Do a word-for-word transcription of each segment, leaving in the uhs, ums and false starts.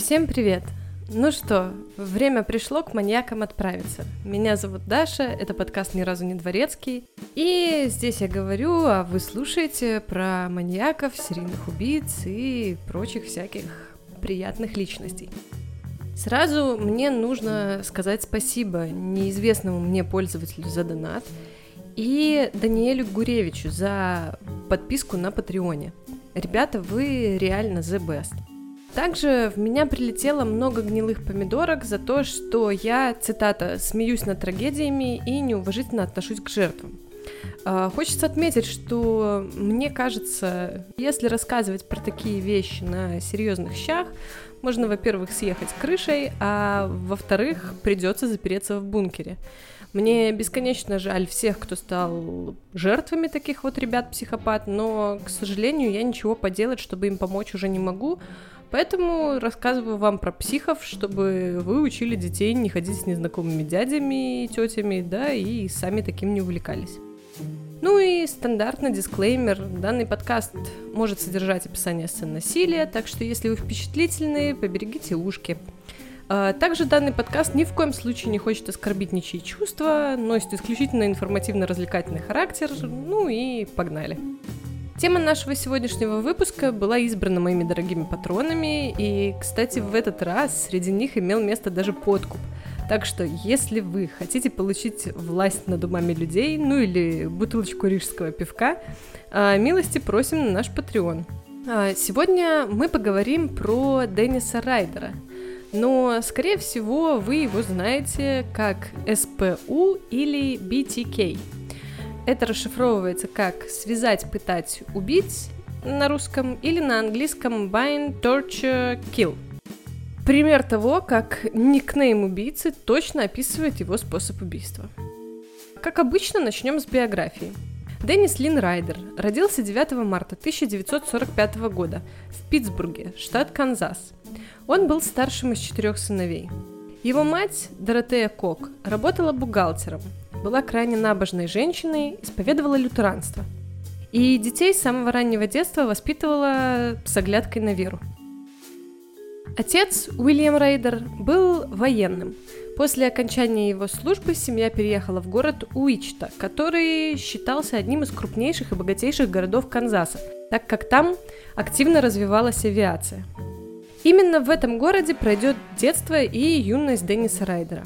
Всем привет! Ну что, время пришло к маньякам отправиться. Меня зовут Даша, это подкаст «Ни разу не дворецкий». И здесь я говорю, а вы слушаете про маньяков, серийных убийц и прочих всяких приятных личностей. Сразу мне нужно сказать спасибо неизвестному мне пользователю за донат и Даниэлю Гуревичу за подписку на Патреоне. Ребята, вы реально the best. Также в меня прилетело много гнилых помидорок за то, что я, цитата, «смеюсь над трагедиями и неуважительно отношусь к жертвам». Хочется отметить, что мне кажется, если рассказывать про такие вещи на серьезных щах, можно, во-первых, съехать крышей, а во-вторых, придется запереться в бункере. Мне бесконечно жаль всех, кто стал жертвами таких вот ребят-психопат, но, к сожалению, я ничего поделать, чтобы им помочь, уже не могу. Поэтому рассказываю вам про психов, чтобы вы учили детей не ходить с незнакомыми дядями и тетями, да, и сами таким не увлекались. Ну и стандартный дисклеймер. Данный подкаст может содержать описание сцен насилия, так что если вы впечатлительны, поберегите ушки. Также данный подкаст ни в коем случае не хочет оскорбить ничьи чувства, носит исключительно информативно-развлекательный характер, ну и погнали. Тема нашего сегодняшнего выпуска была избрана моими дорогими патронами, и, кстати, в этот раз среди них имел место даже подкуп. Так что, если вы хотите получить власть над умами людей, ну или бутылочку рижского пивка, милости просим на наш Patreon. Сегодня мы поговорим про Денниса Райдера, но, скорее всего, вы его знаете как эс пэ у или би ти кей. Это расшифровывается как «связать, пытать, убить» на русском или на английском «bind, torture, kill». Пример того, как никнейм убийцы точно описывает его способ убийства. Как обычно, начнем с биографии. Деннис Лин Райдер родился девятого марта тысяча девятьсот сорок пятого года в Питтсбурге, штат Канзас. Он был старшим из четырех сыновей. Его мать, Доротея Кок, работала бухгалтером, была крайне набожной женщиной, исповедовала лютеранство. И детей с самого раннего детства воспитывала с оглядкой на веру. Отец, Уильям Райдер, был военным. После окончания его службы семья переехала в город Уичта, который считался одним из крупнейших и богатейших городов Канзаса, так как там активно развивалась авиация. Именно в этом городе пройдет детство и юность Денниса Райдера.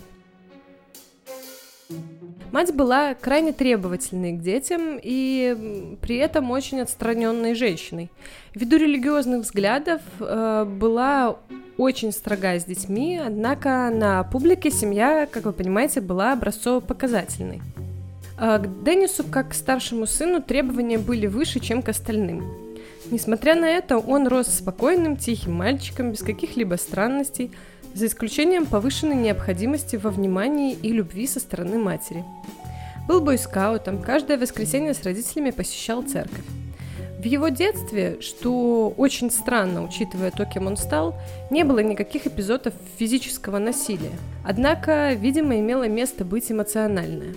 Мать была крайне требовательной к детям и при этом очень отстраненной женщиной. Ввиду религиозных взглядов э, была очень строга с детьми, однако на публике семья, как вы понимаете, была образцово-показательной. Э, к Деннису, как к старшему сыну, требования были выше, чем к остальным. Несмотря на это, он рос спокойным, тихим мальчиком, без каких-либо странностей, за исключением повышенной необходимости во внимании и любви со стороны матери. Был бойскаутом, каждое воскресенье с родителями посещал церковь. В его детстве, что очень странно, учитывая то, кем он стал, не было никаких эпизодов физического насилия, однако, видимо, имело место быть эмоциональное.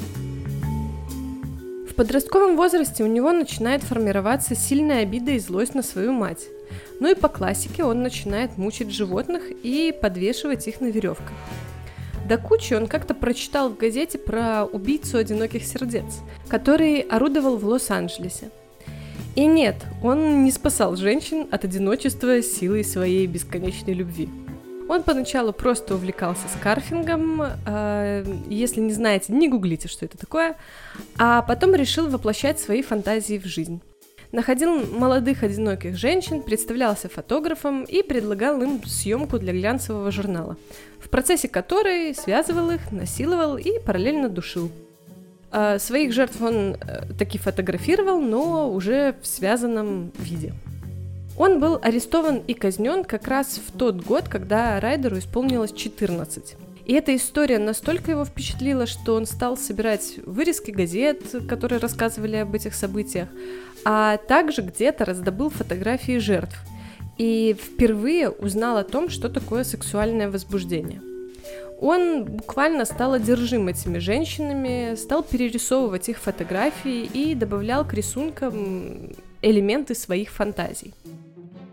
В подростковом возрасте у него начинает формироваться сильная обида и злость на свою мать. Ну и по классике он начинает мучить животных и подвешивать их на веревках. До кучи он как-то прочитал в газете про убийцу одиноких сердец, который орудовал в Лос-Анджелесе. И нет, он не спасал женщин от одиночества силой своей бесконечной любви. Он поначалу просто увлекался скарфингом, э, если не знаете, не гуглите, что это такое, а потом решил воплощать свои фантазии в жизнь. Находил молодых одиноких женщин, представлялся фотографом и предлагал им съемку для глянцевого журнала, в процессе которой связывал их, насиловал и параллельно душил. А своих жертв он таки фотографировал, но уже в связанном виде. Он был арестован и казнен как раз в тот год, когда Райдеру исполнилось четырнадцать. И эта история настолько его впечатлила, что он стал собирать вырезки газет, которые рассказывали об этих событиях, а также где-то раздобыл фотографии жертв и впервые узнал о том, что такое сексуальное возбуждение. Он буквально стал одержим этими женщинами, стал перерисовывать их фотографии и добавлял к рисункам элементы своих фантазий.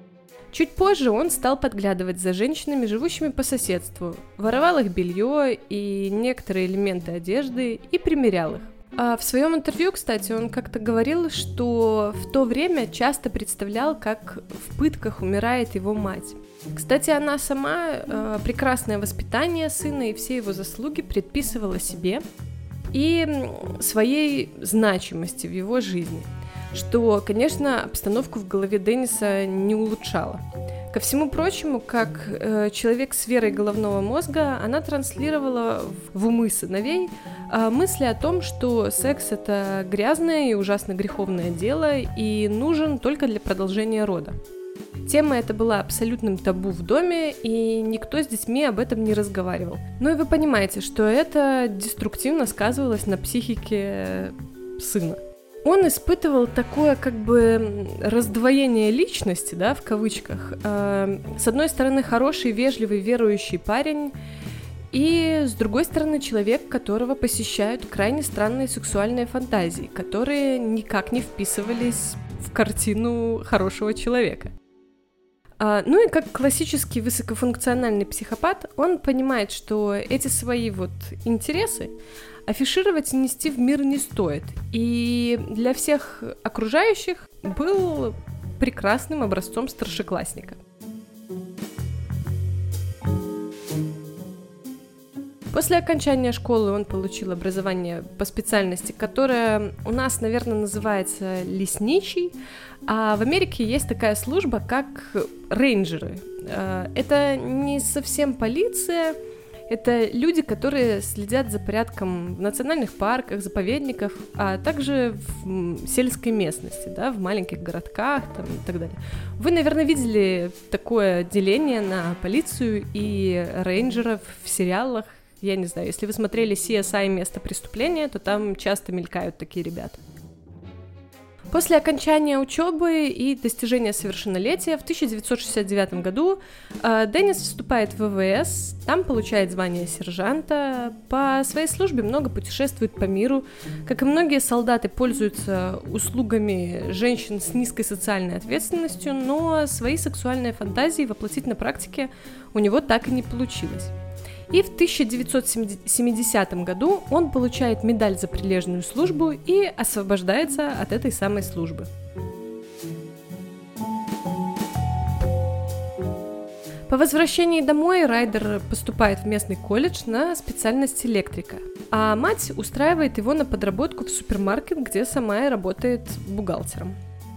Чуть позже он стал подглядывать за женщинами, живущими по соседству, воровал их белье и некоторые элементы одежды и примерял их. А в своем интервью, кстати, он как-то говорил, что в то время часто представлял, как в пытках умирает его мать. Кстати, она сама э, прекрасное воспитание сына и все его заслуги предписывала себе и своей значимости в его жизни, что, конечно, обстановку в голове Денниса не улучшало. Ко всему прочему, как э, человек с верой головного мозга, она транслировала в, в умы сыновей э, мысли о том, что секс — это грязное и ужасно греховное дело и нужен только для продолжения рода. Тема эта была абсолютным табу в доме, и никто с детьми об этом не разговаривал. Ну и вы понимаете, что это деструктивно сказывалось на психике сына. Он испытывал такое как бы раздвоение личности, да, в кавычках. С одной стороны, хороший, вежливый, верующий парень, и с другой стороны, человек, которого посещают крайне странные сексуальные фантазии, которые никак не вписывались в картину хорошего человека. Ну и как классический высокофункциональный психопат, он понимает, что эти свои вот интересы афишировать и нести в мир не стоит. И для всех окружающих был прекрасным образцом старшеклассника. После окончания школы он получил образование по специальности, которая у нас, наверное, называется лесничий, а в Америке есть такая служба, как рейнджеры. Это не совсем полиция, это люди, которые следят за порядком в национальных парках, заповедниках, а также в сельской местности, да, в маленьких городках там, и так далее. Вы, наверное, видели такое деление на полицию и рейнджеров в сериалах. Я не знаю, если вы смотрели си эс ай «Место преступления», то там часто мелькают такие ребята. После окончания учебы и достижения совершеннолетия в тысяча девятьсот шестьдесят девятом году э, Деннис вступает в вэ вэ эс, там получает звание сержанта, по своей службе много путешествует по миру. Как и многие солдаты, пользуются услугами женщин с низкой социальной ответственностью, но свои сексуальные фантазии воплотить на практике у него так и не получилось. И в тысяча девятьсот семидесятом году он получает медаль за прилежную службу и освобождается от этой самой службы. По возвращении домой Райдер поступает в местный колледж на специальность электрика, а мать устраивает его на подработку в супермаркет, где сама и работает бухгалтером.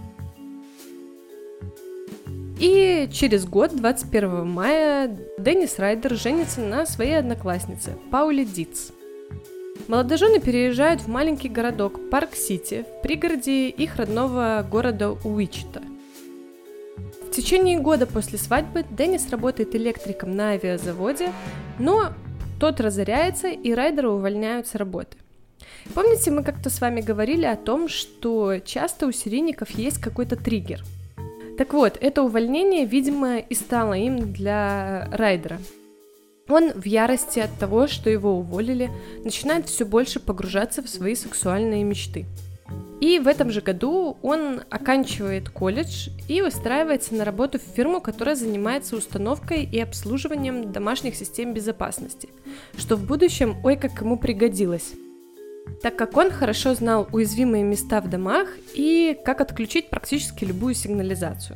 И через год, двадцать первого мая, Деннис Райдер женится на своей однокласснице Пауле Дитц. Молодожены переезжают в маленький городок Парк-Сити в пригороде их родного города Уичита. В течение года после свадьбы Деннис работает электриком на авиазаводе, но тот разоряется, и Райдера увольняют с работы. Помните, мы как-то с вами говорили о том, что часто у серийников есть какой-то триггер. Так вот, это увольнение, видимо, и стало им для Райдера. Он в ярости от того, что его уволили, начинает все больше погружаться в свои сексуальные мечты. И в этом же году он оканчивает колледж и устраивается на работу в фирму, которая занимается установкой и обслуживанием домашних систем безопасности, что в будущем ой как ему пригодилось, так как он хорошо знал уязвимые места в домах и как отключить практически любую сигнализацию.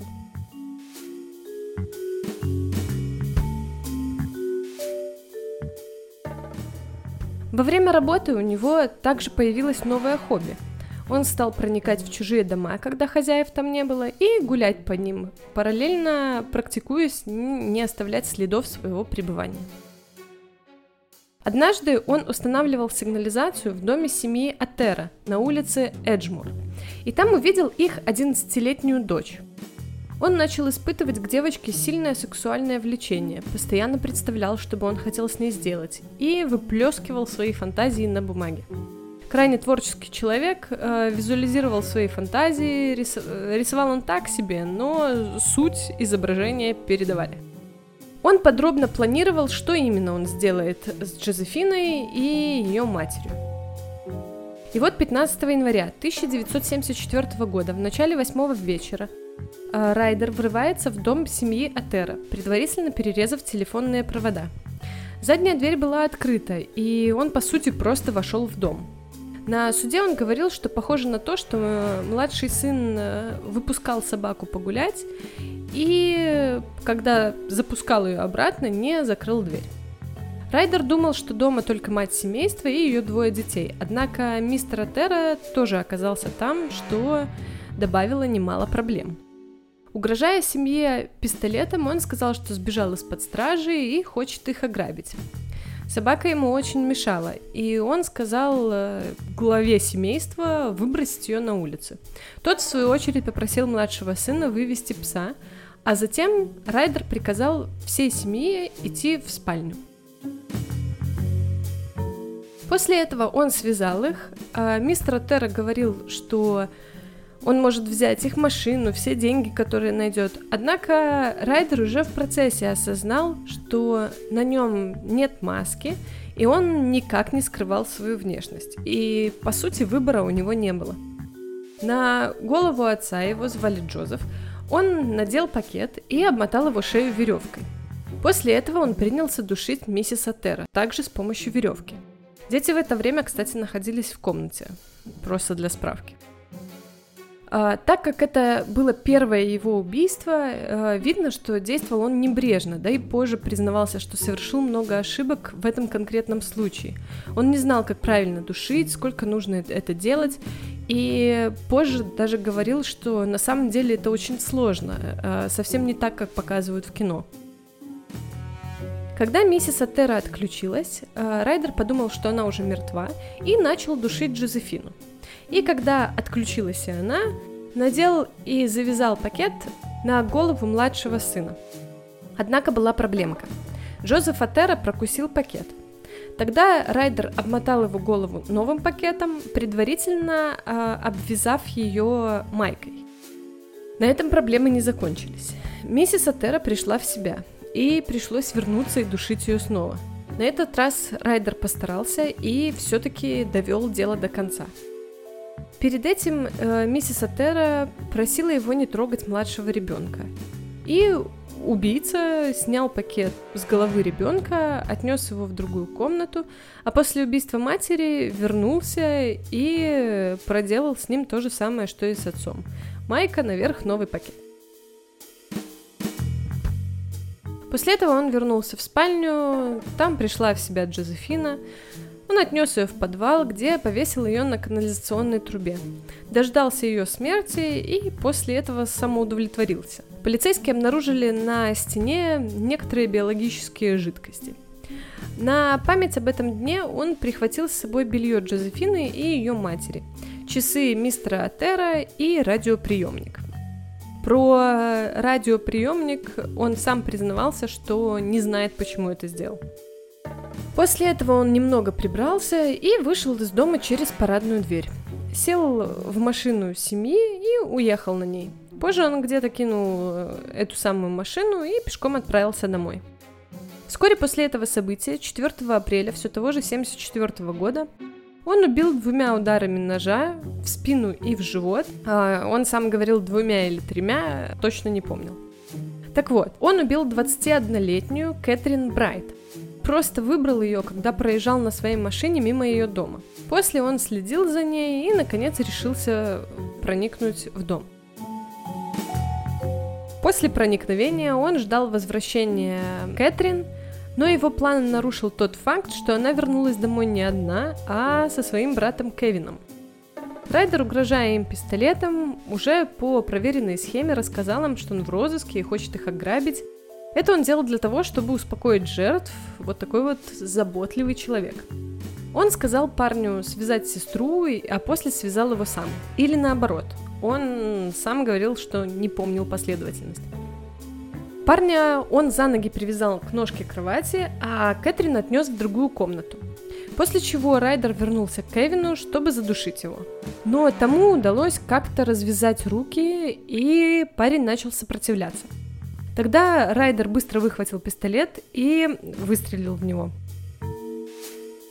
Во время работы у него также появилось новое хобби. Он стал проникать в чужие дома, когда хозяев там не было, и гулять по ним, параллельно практикуясь не оставлять следов своего пребывания. Однажды он устанавливал сигнализацию в доме семьи Атера на улице Эджмур, и там увидел их одиннадцатилетнюю дочь. Он начал испытывать к девочке сильное сексуальное влечение, постоянно представлял, что бы он хотел с ней сделать, и выплескивал свои фантазии на бумаге. Крайне творческий человек, э, визуализировал свои фантазии, рис... рисовал он так себе, но суть изображения передавали. Он подробно планировал, что именно он сделает с Джозефиной и ее матерью. И вот пятнадцатого января тысяча девятьсот семьдесят четвёртого года, в начале восьмого вечера, Райдер врывается в дом семьи Отера, предварительно перерезав телефонные провода. Задняя дверь была открыта, и он, по сути, просто вошел в дом. На суде он говорил, что похоже на то, что младший сын выпускал собаку погулять, и когда запускал ее обратно, не закрыл дверь. Райдер думал, что дома только мать семейства и ее двое детей, однако мистер Отера тоже оказался там, что добавило немало проблем. Угрожая семье пистолетом, он сказал, что сбежал из-под стражи и хочет их ограбить. Собака ему очень мешала, и он сказал главе семейства выбросить ее на улицу. Тот, в свою очередь, попросил младшего сына вывести пса, а затем Райдер приказал всей семье идти в спальню. После этого он связал их, а мистер Отера говорил, что он может взять их машину, все деньги, которые найдет. Однако Райдер уже в процессе осознал, что на нем нет маски, и он никак не скрывал свою внешность. И, по сути, выбора у него не было. На голову отца, его звали Джозеф, он надел пакет и обмотал его шею веревкой. После этого он принялся душить миссис Отера, также с помощью веревки. Дети в это время, кстати, находились в комнате, просто для справки. А, так как это было первое его убийство, а, видно, что действовал он небрежно, да и позже признавался, что совершил много ошибок в этом конкретном случае. Он не знал, как правильно душить, сколько нужно это делать, и позже даже говорил, что на самом деле это очень сложно, а, совсем не так, как показывают в кино. Когда миссис Отера отключилась, Райдер подумал, что она уже мертва, и начал душить Джозефину. И когда отключилась и она, надел и завязал пакет на голову младшего сына. Однако была проблемка. Джозеф Отера прокусил пакет. Тогда Райдер обмотал его голову новым пакетом, предварительно э, обвязав ее майкой. На этом проблемы не закончились. Миссис Отера пришла в себя, и пришлось вернуться и душить ее снова. На этот раз Райдер постарался и все-таки довел дело до конца. Перед этим э, миссис Отера просила его не трогать младшего ребенка. И убийца снял пакет с головы ребенка, отнес его в другую комнату, а после убийства матери вернулся и проделал с ним то же самое, что и с отцом. Майка наверх, новый пакет. После этого он вернулся в спальню, там пришла в себя Джозефина. Он отнес ее в подвал, где повесил ее на канализационной трубе. Дождался ее смерти и после этого самоудовлетворился. Полицейские обнаружили на стене некоторые биологические жидкости. На память об этом дне он прихватил с собой белье Джозефины и ее матери, часы мистера Отера и радиоприемник. Про радиоприемник он сам признавался, что не знает, почему это сделал. После этого он немного прибрался и вышел из дома через парадную дверь. Сел в машину семьи и уехал на ней. Позже он где-то кинул эту самую машину и пешком отправился домой. Вскоре после этого события, четвёртого апреля все того же семьдесят четвёртого года, он убил двумя ударами ножа в спину и в живот. Он сам говорил двумя или тремя, точно не помнил. Так вот, он убил двадцатиоднолетнюю Кэтрин Брайт. Просто выбрал ее, когда проезжал на своей машине мимо ее дома. После он следил за ней и, наконец, решился проникнуть в дом. После проникновения он ждал возвращения Кэтрин, но его планы нарушил тот факт, что она вернулась домой не одна, а со своим братом Кевином. Райдер, угрожая им пистолетом, уже по проверенной схеме рассказал им, что он в розыске и хочет их ограбить. Это он делал для того, чтобы успокоить жертв, вот такой вот заботливый человек. Он сказал парню связать сестру, а после связал его сам. Или наоборот, он сам говорил, что не помнил последовательность. Парня он за ноги привязал к ножке кровати, а Кэтрин отнес в другую комнату. После чего Райдер вернулся к Кевину, чтобы задушить его. Но тому удалось как-то развязать руки, и парень начал сопротивляться. Тогда Райдер быстро выхватил пистолет и выстрелил в него.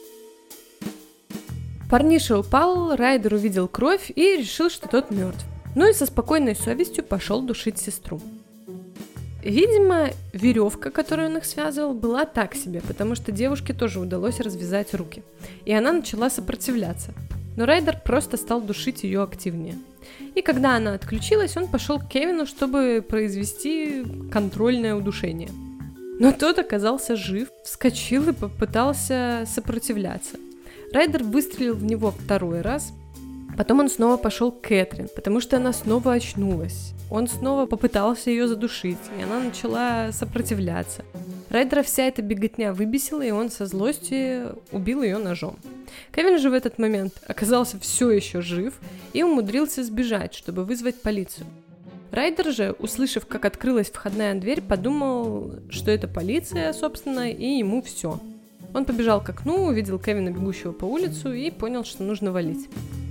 Парниша упал, Райдер увидел кровь и решил, что тот мертв. Ну и со спокойной совестью пошел душить сестру. Видимо, веревка, которую он их связывал, была так себе, потому что девушке тоже удалось развязать руки, и она начала сопротивляться. Но Райдер просто стал душить ее активнее. И когда она отключилась, он пошел к Кевину, чтобы произвести контрольное удушение. Но тот оказался жив, вскочил и попытался сопротивляться. Райдер выстрелил в него второй раз. Потом он снова пошел к Кэтрин, потому что она снова очнулась. Он снова попытался ее задушить, и она начала сопротивляться. Райдера вся эта беготня выбесила, и он со злостью убил ее ножом. Кевин же в этот момент оказался все еще жив и умудрился сбежать, чтобы вызвать полицию. Райдер же, услышав, как открылась входная дверь, подумал, что это полиция, собственно, и ему все. Он побежал к окну, увидел Кевина, бегущего по улице, и понял, что нужно валить.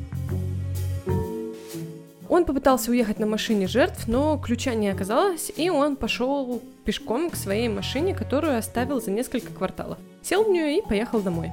Он попытался уехать на машине жертв, но ключа не оказалось, и он пошел пешком к своей машине, которую оставил за несколько кварталов. Сел в нее и поехал домой.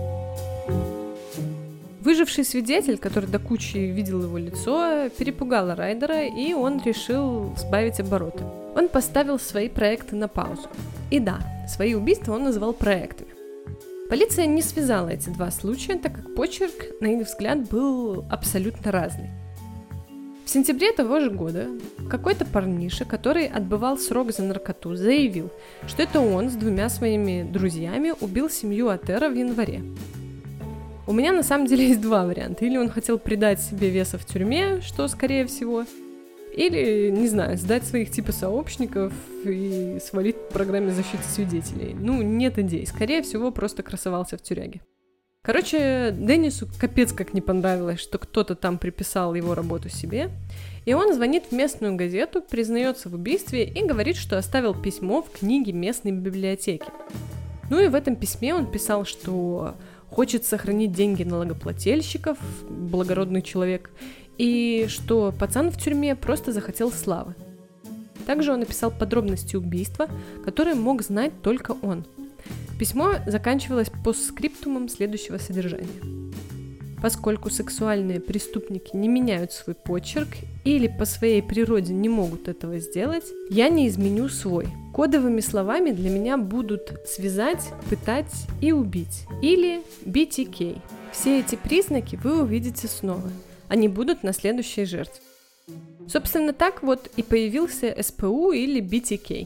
Выживший свидетель, который до кучи видел его лицо, перепугал Райдера, и он решил сбавить обороты. Он поставил свои проекты на паузу. И да, свои убийства он называл проектами. Полиция не связала эти два случая, так как почерк, на их взгляд, был абсолютно разный. В сентябре того же года какой-то парниша, который отбывал срок за наркоту, заявил, что это он с двумя своими друзьями убил семью Отера в январе. У меня на самом деле есть два варианта. Или он хотел придать себе веса в тюрьме, что скорее всего, или, не знаю, сдать своих типа сообщников и свалить по программе защиты свидетелей. Ну, нет идей. Скорее всего, просто красовался в тюряге. Короче, Деннису капец как не понравилось, что кто-то там приписал его работу себе, и он звонит в местную газету, признается в убийстве и говорит, что оставил письмо в книге местной библиотеки. Ну и в этом письме он писал, что хочет сохранить деньги налогоплательщиков, благородный человек, и что пацан в тюрьме просто захотел славы. Также он написал подробности убийства, которые мог знать только он. Письмо заканчивалось постскриптумом следующего содержания. Поскольку сексуальные преступники не меняют свой почерк или по своей природе не могут этого сделать, я не изменю свой. Кодовыми словами для меня будут связать, пытать и убить. Или би ти кей. Все эти признаки вы увидите снова. Они будут на следующей жертве. Собственно, так вот и появился эс пэ у или би ти кей.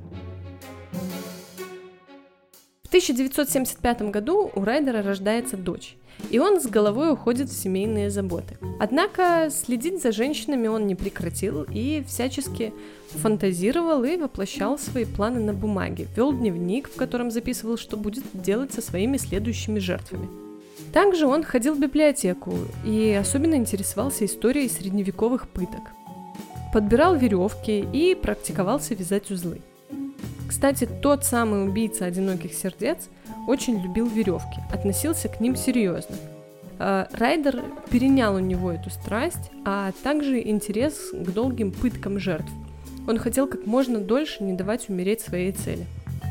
В тысяча девятьсот семьдесят пятом году у Райдера рождается дочь, и он с головой уходит в семейные заботы. Однако следить за женщинами он не прекратил и всячески фантазировал и воплощал свои планы на бумаге, вел дневник, в котором записывал, что будет делать со своими следующими жертвами. Также он ходил в библиотеку и особенно интересовался историей средневековых пыток. Подбирал веревки и практиковался вязать узлы. Кстати, тот самый убийца одиноких сердец очень любил веревки, относился к ним серьезно. Райдер перенял у него эту страсть, а также интерес к долгим пыткам жертв. Он хотел как можно дольше не давать умереть своей цели.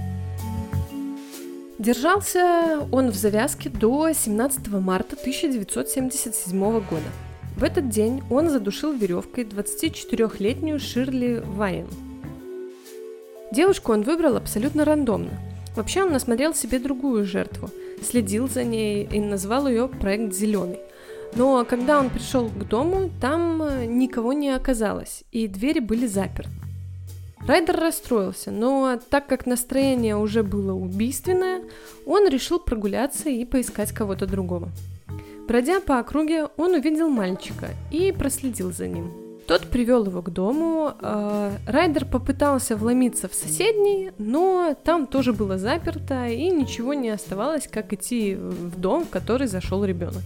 Держался он в завязке до семнадцатого марта тысяча девятьсот семьдесят седьмого года. В этот день он задушил веревкой двадцатичетырёхлетнюю Ширли Вайн. Девушку он выбрал абсолютно рандомно. Вообще он насмотрел себе другую жертву, следил за ней и назвал ее «Проект Зеленый». Но когда он пришел к дому, там никого не оказалось, и двери были заперты. Райдер расстроился, но так как настроение уже было убийственное, он решил прогуляться и поискать кого-то другого. Бродя по округе, он увидел мальчика и проследил за ним. Тот привел его к дому, э, Райдер попытался вломиться в соседний, но там тоже было заперто, и ничего не оставалось, как идти в дом, в который зашел ребенок.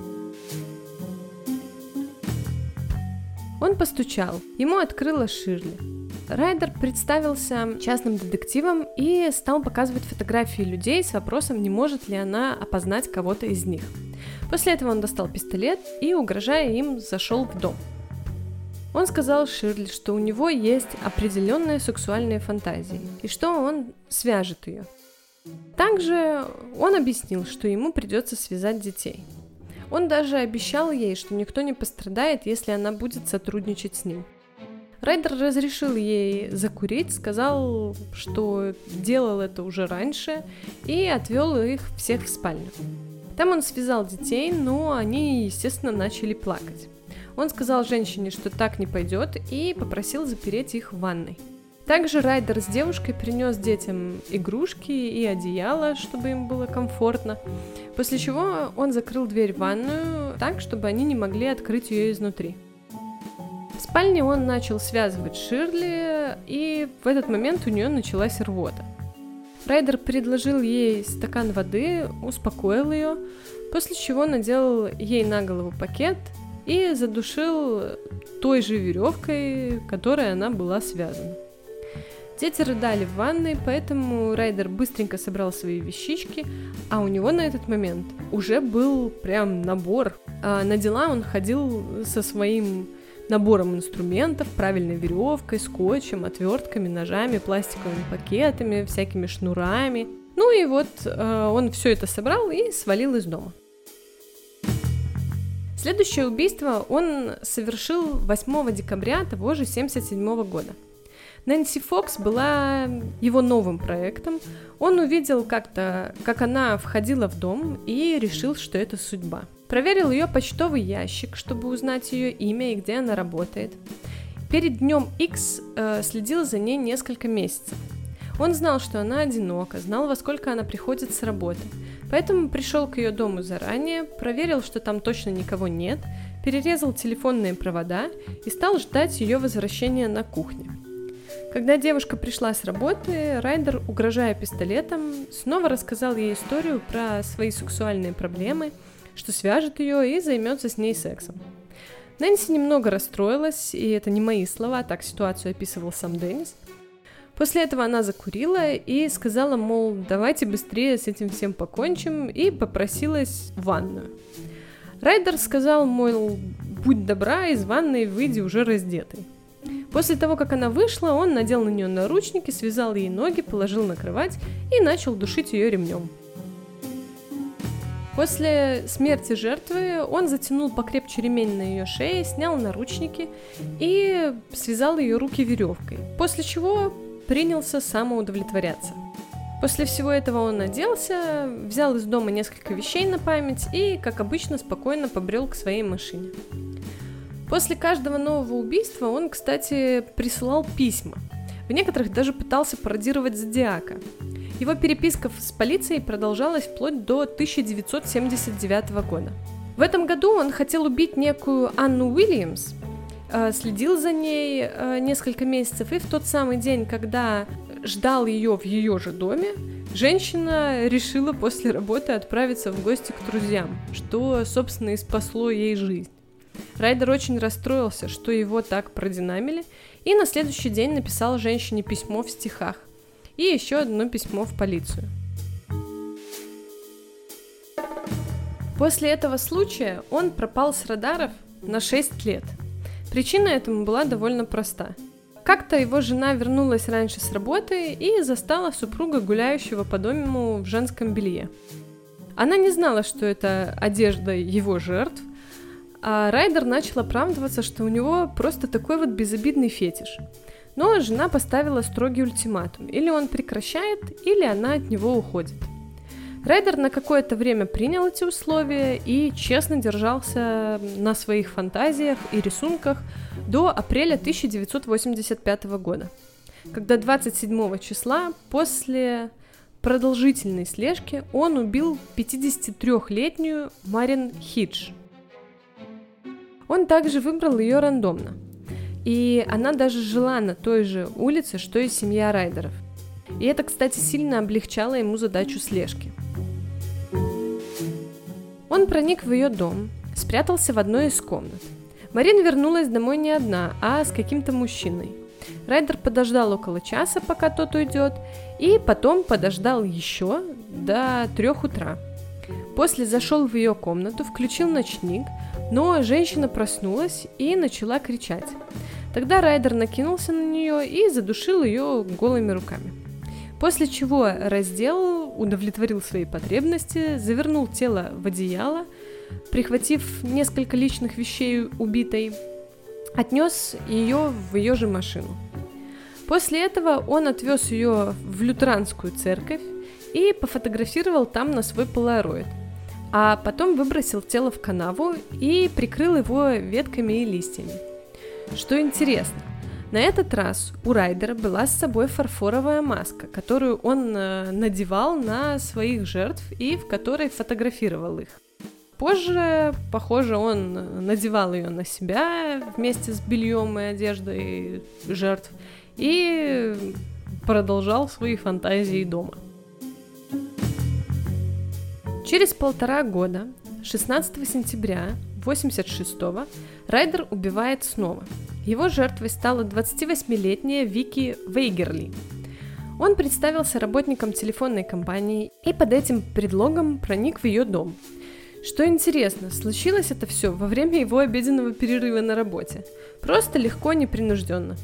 Он постучал, ему открыла Ширли. Райдер представился частным детективом и стал показывать фотографии людей с вопросом, не может ли она опознать кого-то из них. После этого он достал пистолет и, угрожая им, зашел в дом. Он сказал Ширли, что у него есть определенные сексуальные фантазии и что он свяжет ее. Также он объяснил, что ему придется связать детей. Он даже обещал ей, что никто не пострадает, если она будет сотрудничать с ним. Райдер разрешил ей закурить, сказал, что делал это уже раньше, и отвел их всех в спальню. Там он связал детей, но они, естественно, начали плакать. Он сказал женщине, что так не пойдет, и попросил запереть их в ванной. Также Райдер с девушкой принес детям игрушки и одеяло, чтобы им было комфортно, после чего он закрыл дверь в ванную так, чтобы они не могли открыть ее изнутри. В спальне он начал связывать Ширли, и в этот момент у нее началась рвота. Райдер предложил ей стакан воды, успокоил ее, после чего надел ей на голову пакет и задушил той же веревкой, которой она была связана. Дети рыдали в ванной, поэтому Райдер быстренько собрал свои вещички, а у него на этот момент уже был прям набор. А на дела он ходил со своим набором инструментов, правильной веревкой, скотчем, отвертками, ножами, пластиковыми пакетами, всякими шнурами. Ну и вот э, он все это собрал и свалил из дома. Следующее убийство он совершил восьмого декабря того же семьдесят седьмого года. Нэнси Фокс была его новым проектом. Он увидел как-то, как она входила в дом, и решил, что это судьба. Проверил ее почтовый ящик, чтобы узнать ее имя и где она работает. Перед днем X э, следил за ней несколько месяцев. Он знал, что она одинока, знал, во сколько она приходит с работы. Поэтому пришел к ее дому заранее, проверил, что там точно никого нет, перерезал телефонные провода и стал ждать ее возвращения на кухне. Когда девушка пришла с работы, Райдер, угрожая пистолетом, снова рассказал ей историю про свои сексуальные проблемы, что свяжет ее и займется с ней сексом. Нэнси немного расстроилась, и это не мои слова, так ситуацию описывал сам Деннис. После этого она закурила и сказала, мол, давайте быстрее с этим всем покончим, и попросилась в ванную. Райдер сказал, мол, будь добра, из ванной выйди уже раздетой. После того, как она вышла, он надел на нее наручники, связал ей ноги, положил на кровать и начал душить ее ремнем. После смерти жертвы он затянул покрепче ремень на ее шее, снял наручники и связал ее руки веревкой, после чего принялся самоудовлетворяться. После всего этого он оделся, взял из дома несколько вещей на память и, как обычно, спокойно побрел к своей машине. После каждого нового убийства он, кстати, присылал письма. В некоторых даже пытался пародировать Зодиака. Его переписка с полицией продолжалась вплоть до тысяча девятьсот семьдесят девятого года. В этом году он хотел убить некую Анну Уильямс, следил за ней несколько месяцев, и в тот самый день, когда ждал ее в ее же доме, женщина решила после работы отправиться в гости к друзьям, что, собственно, и спасло ей жизнь. Райдер очень расстроился, что его так продинамили, и на следующий день написал женщине письмо в стихах и еще одно письмо в полицию. После этого случая он пропал с радаров на шесть лет. Причина этому была довольно проста. Как-то его жена вернулась раньше с работы и застала супруга, гуляющего по дому в женском белье. Она не знала, что это одежда его жертв, а Райдер начал оправдываться, что у него просто такой вот безобидный фетиш. Но жена поставила строгий ультиматум: или он прекращает, или она от него уходит. Райдер на какое-то время принял эти условия и честно держался на своих фантазиях и рисунках до апреля тысяча девятьсот восемьдесят пятого года, когда двадцать седьмого числа, после продолжительной слежки, он убил пятидесятитрёхлетнюю Марин Хидж. Он также выбрал ее рандомно, и она даже жила на той же улице, что и семья Райдеров. И это, кстати, сильно облегчало ему задачу слежки. Он проник в ее дом, спрятался в одной из комнат. Марин вернулась домой не одна, а с каким-то мужчиной. Райдер подождал около часа, пока тот уйдет, и потом подождал еще до трех утра. После зашел в ее комнату, включил ночник, но женщина проснулась и начала кричать. Тогда Райдер накинулся на нее и задушил ее голыми руками. После чего раздел, удовлетворил свои потребности, завернул тело в одеяло, прихватив несколько личных вещей убитой, отнес ее в ее же машину. После этого он отвез ее в лютеранскую церковь и пофотографировал там на свой полароид, а потом выбросил тело в канаву и прикрыл его ветками и листьями. Что интересно, на этот раз у Райдера была с собой фарфоровая маска, которую он надевал на своих жертв и в которой фотографировал их. Позже, похоже, он надевал ее на себя вместе с бельем и одеждой жертв и продолжал свои фантазии дома. Через полтора года, шестнадцатого сентября восемьдесят шестого, Райдер убивает снова. Его жертвой стала двадцативосьмилетняя Вики Вейгерли. Он представился работником телефонной компании и под этим предлогом проник в ее дом. Что интересно, случилось это все во время его обеденного перерыва на работе. Просто легко, непринужденно.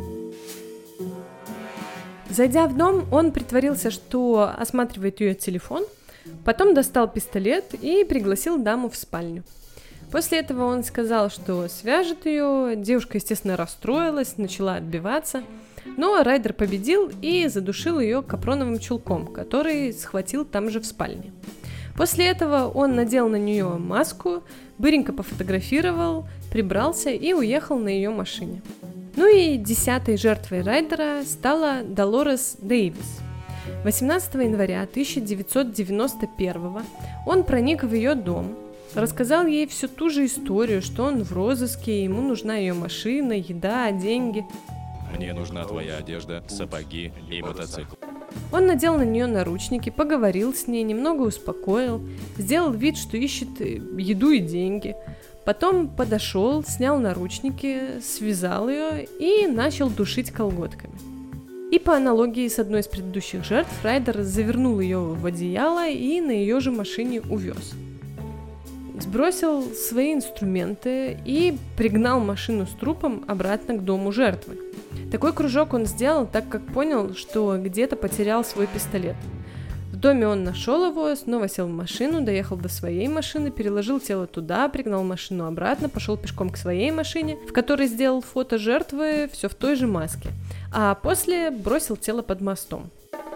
Зайдя в дом, он притворился, что осматривает ее телефон, потом достал пистолет и пригласил даму в спальню. После этого он сказал, что свяжет ее, девушка, естественно, расстроилась, начала отбиваться, но Райдер победил и задушил ее капроновым чулком, который схватил там же в спальне. После этого он надел на нее маску, быренько пофотографировал, прибрался и уехал на ее машине. Ну и десятой жертвой Райдера стала Долорес Дэвис. восемнадцатого января тысяча девятьсот девяносто первого он проник в ее дом, рассказал ей всю ту же историю, что он в розыске, ему нужна ее машина, еда, деньги. Мне нужна твоя одежда, сапоги и мотоцикл. Он надел на нее наручники, поговорил с ней, немного успокоил, сделал вид, что ищет еду и деньги. Потом подошел, снял наручники, связал ее и начал душить колготками. И по аналогии с одной из предыдущих жертв, Райдер завернул ее в одеяло и на ее же машине увез. Сбросил свои инструменты и пригнал машину с трупом обратно к дому жертвы. Такой кружок он сделал, так как понял, что где-то потерял свой пистолет. В доме он нашел его, снова сел в машину, доехал до своей машины, переложил тело туда, пригнал машину обратно, пошел пешком к своей машине, в которой сделал фото жертвы, все в той же маске, а после бросил тело под мостом.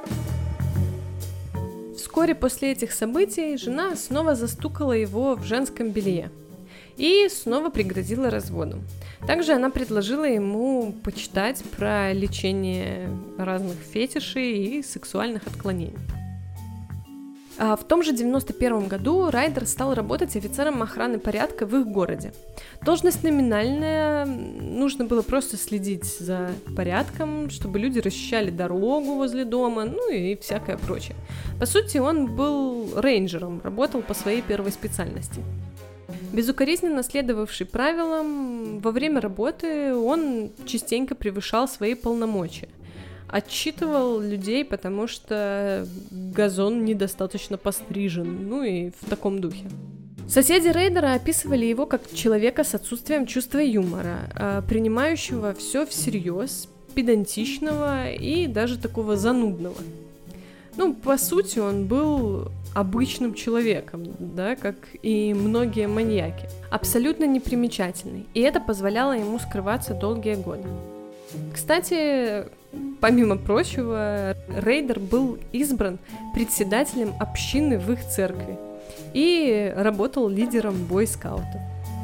Вскоре после этих событий жена снова застукала его в женском белье и снова пригрозила разводом. Также она предложила ему почитать про лечение разных фетишей и сексуальных отклонений. А в том же девяносто первом году Райдер стал работать офицером охраны порядка в их городе. Должность номинальная, нужно было просто следить за порядком, чтобы люди расчищали дорогу возле дома, ну и всякое прочее. По сути, он был рейнджером, работал по своей первой специальности. Безукоризненно следовавший правилам, во время работы он частенько превышал свои полномочия. Отчитывал людей, потому что газон недостаточно пострижен, ну и в таком духе. Соседи Райдера описывали его как человека с отсутствием чувства юмора, принимающего все всерьез, педантичного и даже такого занудного. Ну, по сути, он был обычным человеком, да, как и многие маньяки. Абсолютно непримечательный, и это позволяло ему скрываться долгие годы. Кстати, помимо прочего, Райдер был избран председателем общины в их церкви и работал лидером бойскаутов.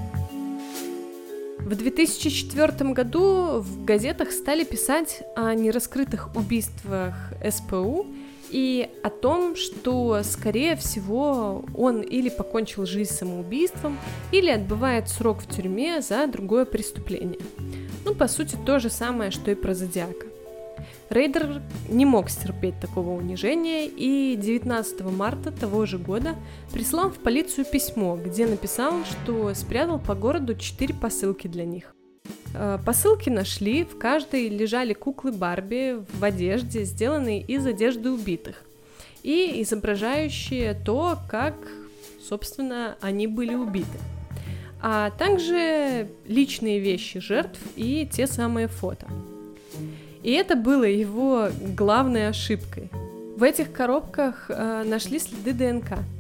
В две тысячи четвёртом году в газетах стали писать о нераскрытых убийствах эс пэ у и о том, что, скорее всего, он или покончил жизнь самоубийством, или отбывает срок в тюрьме за другое преступление. Ну, по сути, то же самое, что и про Зодиака. Райдер не мог стерпеть такого унижения и девятнадцатого марта того же года прислал в полицию письмо, где написал, что спрятал по городу четыре посылки для них. Посылки нашли, в каждой лежали куклы Барби в одежде, сделанные из одежды убитых, и изображающие то, как, собственно, они были убиты, а также личные вещи жертв и те самые фото. И это было его главной ошибкой. В этих коробках э, нашли следы дэ эн ка.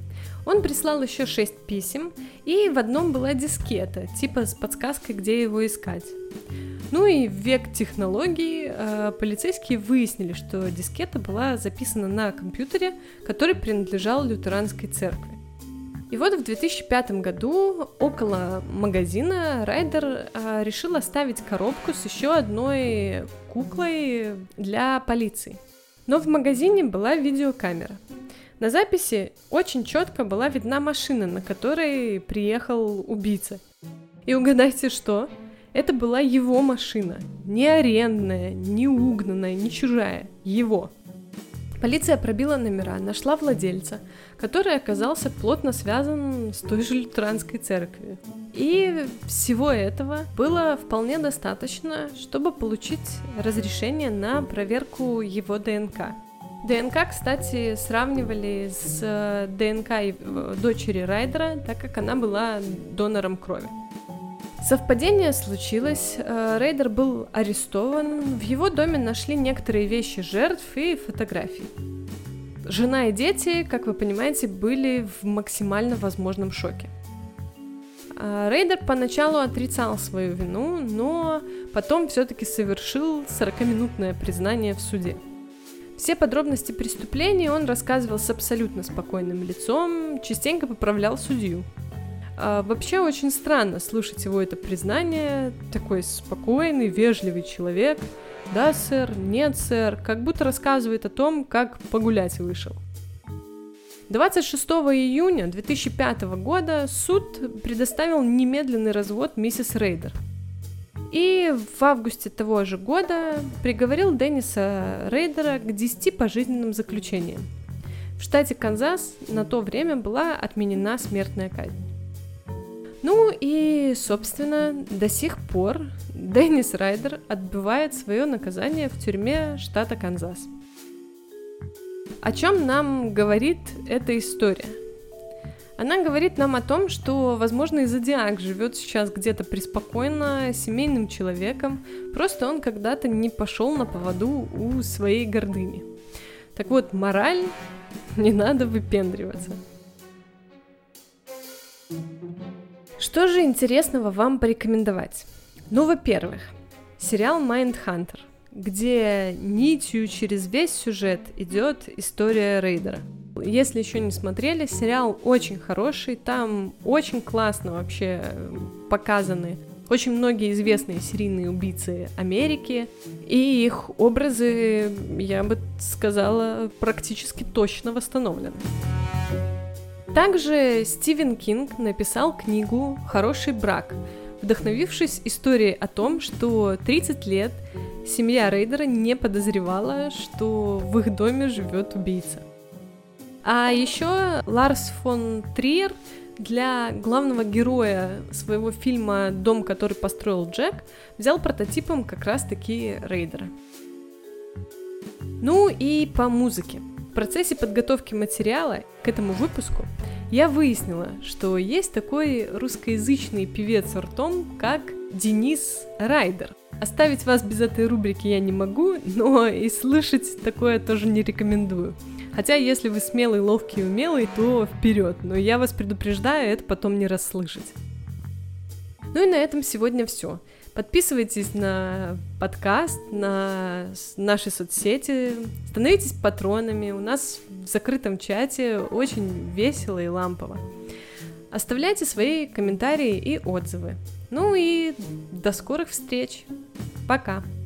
Он прислал еще шесть писем, и в одном была дискета, типа с подсказкой, где его искать. Ну и в век технологий э, полицейские выяснили, что дискета была записана на компьютере, который принадлежал лютеранской церкви. И вот в две тысячи пятом году около магазина Райдер э, решил оставить коробку с еще одной куклой для полиции. Но в магазине была видеокамера. На записи очень четко была видна машина, на которой приехал убийца. И угадайте что? Это была его машина. Не арендная, не угнанная, не чужая. Его. Полиция пробила номера, нашла владельца, который оказался плотно связан с той же лютеранской церковью. И всего этого было вполне достаточно, чтобы получить разрешение на проверку его ДНК. ДНК, кстати, сравнивали с ДНК дочери Райдера, так как она была донором крови. Совпадение случилось, Райдер был арестован, в его доме нашли некоторые вещи жертв и фотографии. Жена и дети, как вы понимаете, были в максимально возможном шоке. Райдер поначалу отрицал свою вину, но потом все-таки совершил сорокаминутное признание в суде. Все подробности преступления он рассказывал с абсолютно спокойным лицом, частенько поправлял судью. А вообще очень странно слушать его это признание, такой спокойный, вежливый человек. Да, сэр, нет, сэр, как будто рассказывает о том, как погулять вышел. двадцать шестого июня две тысячи пятого года суд предоставил немедленный развод миссис Райдер. И в августе того же года приговорил Денниса Райдера к десяти пожизненным заключениям. В штате Канзас на то время была отменена смертная казнь. Ну и, собственно, до сих пор Деннис Райдер отбывает свое наказание в тюрьме штата Канзас. О чем нам говорит эта история? Она говорит нам о том, что, возможно, и Зодиак живет сейчас где-то преспокойно, семейным человеком, просто он когда-то не пошел на поводу у своей гордыни. Так вот, мораль: не надо выпендриваться. Что же интересного вам порекомендовать? Ну, во-первых, сериал Mindhunter, где нитью через весь сюжет идет история Райдера. Если еще не смотрели, сериал очень хороший, там очень классно вообще показаны очень многие известные серийные убийцы Америки, и их образы, я бы сказала, практически точно восстановлены. Также Стивен Кинг написал книгу «Хороший брак», вдохновившись историей о том, что тридцать лет семья Райдера не подозревала, что в их доме живет убийца. А еще Ларс фон Триер для главного героя своего фильма «Дом, который построил Джек» взял прототипом как раз-таки Райдера. Ну и по музыке. В процессе подготовки материала к этому выпуску я выяснила, что есть такой русскоязычный певец ртом, как Денис Райдер. Оставить вас без этой рубрики я не могу, но и слышать такое тоже не рекомендую. Хотя, если вы смелый, ловкий и умелый, то вперед, но я вас предупреждаю, это потом не расслышать. Ну и на этом сегодня все. Подписывайтесь на подкаст, на наши соцсети, становитесь патронами, у нас в закрытом чате очень весело и лампово. Оставляйте свои комментарии и отзывы. Ну и до скорых встреч. Пока.